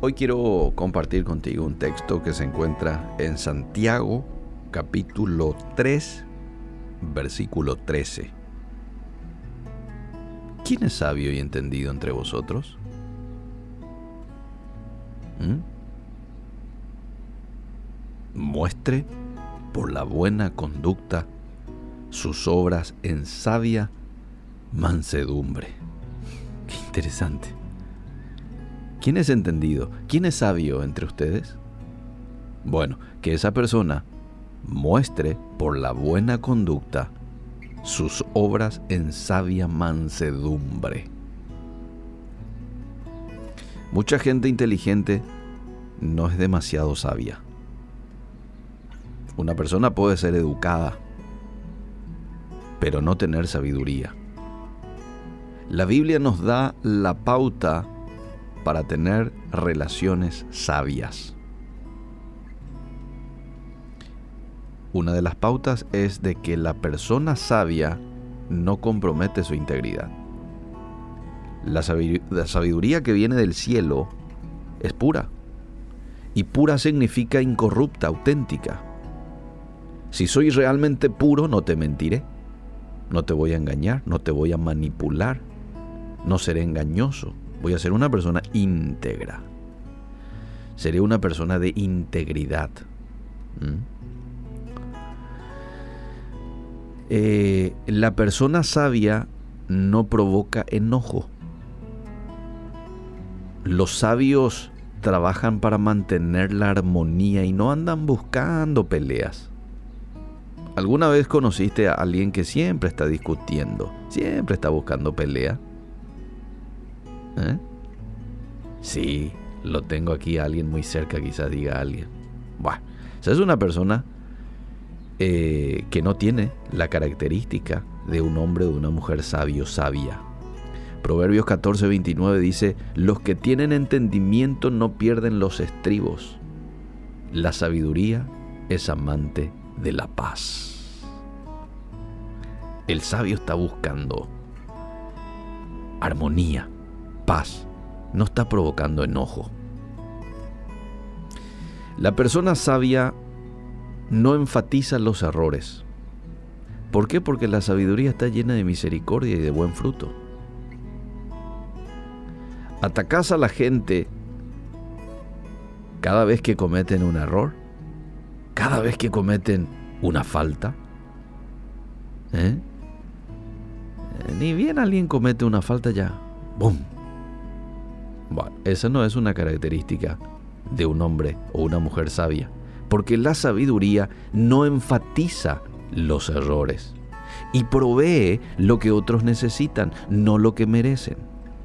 Hoy quiero compartir contigo un texto que se encuentra en Santiago, capítulo 3, versículo 13. ¿Quién es sabio y entendido entre vosotros? Muestre por la buena conducta sus obras en sabia mansedumbre. Qué interesante. ¿Quién es entendido? ¿Quién es sabio entre ustedes? Bueno, que esa persona muestre por la buena conducta sus obras en sabia mansedumbre. Mucha gente inteligente no es demasiado sabia. Una persona puede ser educada, pero no tener sabiduría. La Biblia nos da la pauta para tener relaciones sabias. Una de las pautas es de que la persona sabia no compromete su integridad. La sabiduría que viene del cielo es pura. Y pura significa incorrupta, auténtica. Si soy realmente puro, no te mentiré. No te voy a engañar, no te voy a manipular. No seré engañoso. Voy a ser una persona íntegra. Seré una persona de integridad. La persona sabia no provoca enojo. Los sabios trabajan para mantener la armonía y no andan buscando peleas. ¿Alguna vez conociste a alguien que siempre está discutiendo, siempre está buscando pelea? Sí, lo tengo aquí a alguien muy cerca, quizás diga alguien. Bueno, esa es una persona que no tiene la característica de un hombre o de una mujer sabio, sabia. Proverbios 14:29 dice: los que tienen entendimiento no pierden los estribos. La sabiduría es amante de la paz. El sabio está buscando armonía, paz, no está provocando enojo. La persona sabia no enfatiza los errores. ¿Por qué? Porque la sabiduría está llena de misericordia y de buen fruto. ¿Atacás a la gente cada vez que cometen un error? ¿Cada vez que cometen una falta? Ni bien alguien comete una falta ya, ¡bum! Bueno, esa no es una característica de un hombre o una mujer sabia, porque la sabiduría no enfatiza los errores y provee lo que otros necesitan, no lo que merecen.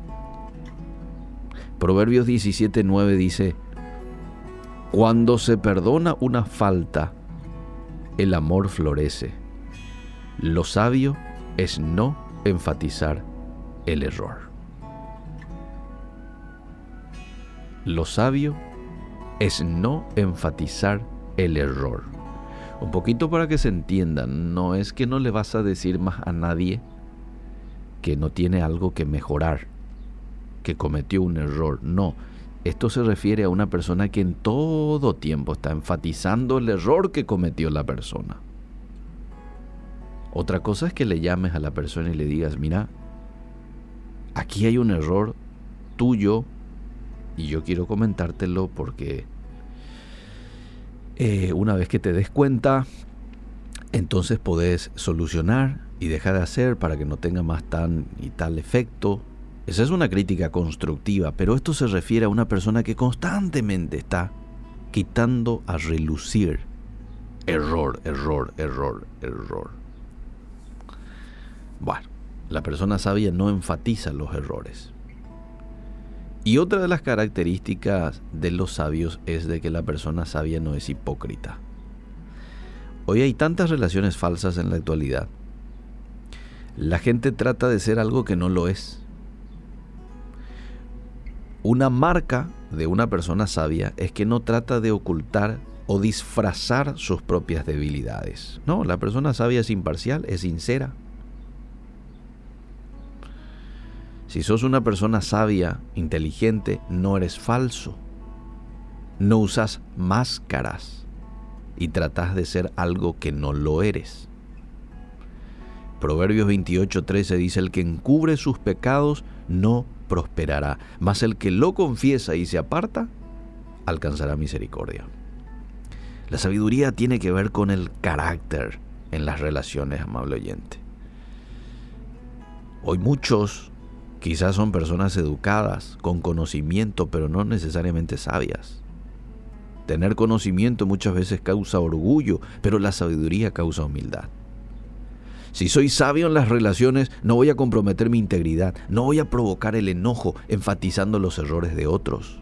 Proverbios 17:9 dice: cuando se perdona una falta, el amor florece. Lo sabio es no enfatizar el error. Lo sabio es no enfatizar el error. Un poquito para que se entienda, no es que no le vas a decir más a nadie que no tiene algo que mejorar, que cometió un error. No, esto se refiere a una persona que en todo tiempo está enfatizando el error que cometió la persona. Otra cosa es que le llames a la persona y le digas: mira, aquí hay un error tuyo y yo quiero comentártelo porque una vez que te des cuenta, entonces podés solucionar y dejar de hacer para que no tenga más tan y tal efecto. Esa es una crítica constructiva, pero esto se refiere a una persona que constantemente está quitando a relucir error. Bueno, la persona sabia no enfatiza los errores. Y otra de las características de los sabios es de que la persona sabia no es hipócrita. Hoy hay tantas relaciones falsas en la actualidad. La gente trata de ser algo que no lo es. Una marca de una persona sabia es que no trata de ocultar o disfrazar sus propias debilidades. No, la persona sabia es imparcial, es sincera. Si sos una persona sabia, inteligente, no eres falso. No usas máscaras y tratás de ser algo que no lo eres. Proverbios 28:13 dice: el que encubre sus pecados no prosperará, mas el que lo confiesa y se aparta alcanzará misericordia. La sabiduría tiene que ver con el carácter en las relaciones, amable oyente. Hoy muchos quizás son personas educadas, con conocimiento, pero no necesariamente sabias. Tener conocimiento muchas veces causa orgullo, pero la sabiduría causa humildad. Si soy sabio en las relaciones, no voy a comprometer mi integridad, no voy a provocar el enojo enfatizando los errores de otros.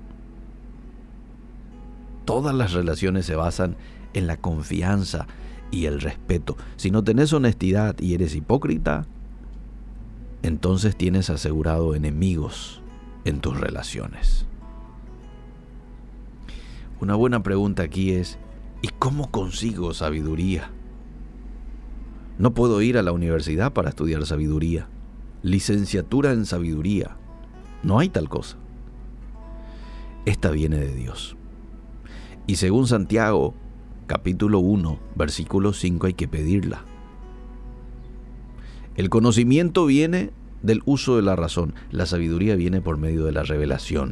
Todas las relaciones se basan en la confianza y el respeto. Si no tenés honestidad y eres hipócrita, entonces tienes asegurado enemigos en tus relaciones. Una buena pregunta aquí es: ¿y cómo consigo sabiduría? No puedo ir a la universidad para estudiar sabiduría. Licenciatura en sabiduría. No hay tal cosa. Esta viene de Dios. Y según Santiago, capítulo 1, versículo 5, hay que pedirla. El conocimiento viene del uso de la razón. La sabiduría viene por medio de la revelación.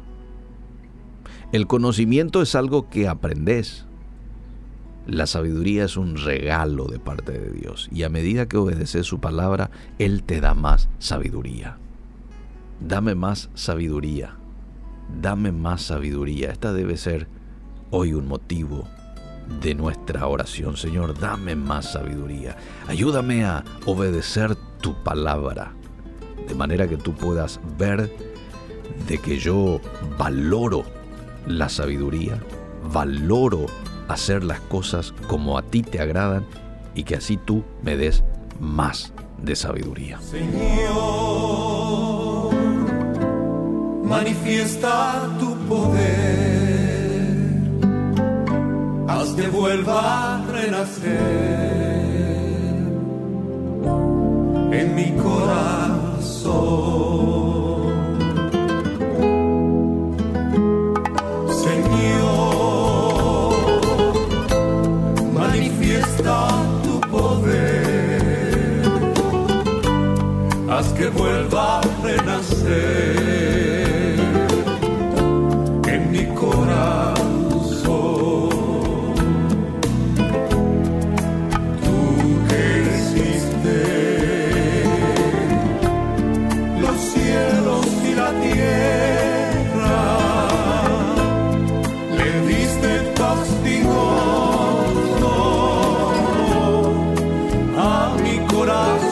El conocimiento es algo que aprendes. La sabiduría es un regalo de parte de Dios. Y a medida que obedeces su palabra, Él te da más sabiduría. Dame más sabiduría. Dame más sabiduría. Esta debe ser hoy un motivo de nuestra oración. Señor, dame más sabiduría. Ayúdame a obedecer tu palabra, de manera que tú puedas ver de que yo valoro la sabiduría, valoro hacer las cosas como a ti te agradan, y que así tú me des más de sabiduría. Señor, manifiesta tu poder, haz que vuelva a renacer en mi corazón. Haz que vuelva a renacer en mi corazón. Tú que hiciste los cielos y la tierra, le diste castigo a mi corazón.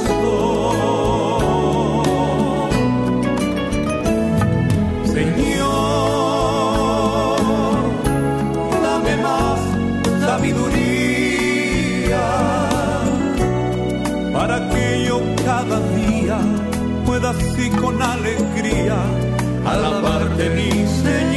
Para que yo cada día pueda así con alegría alabarte, mi Señor.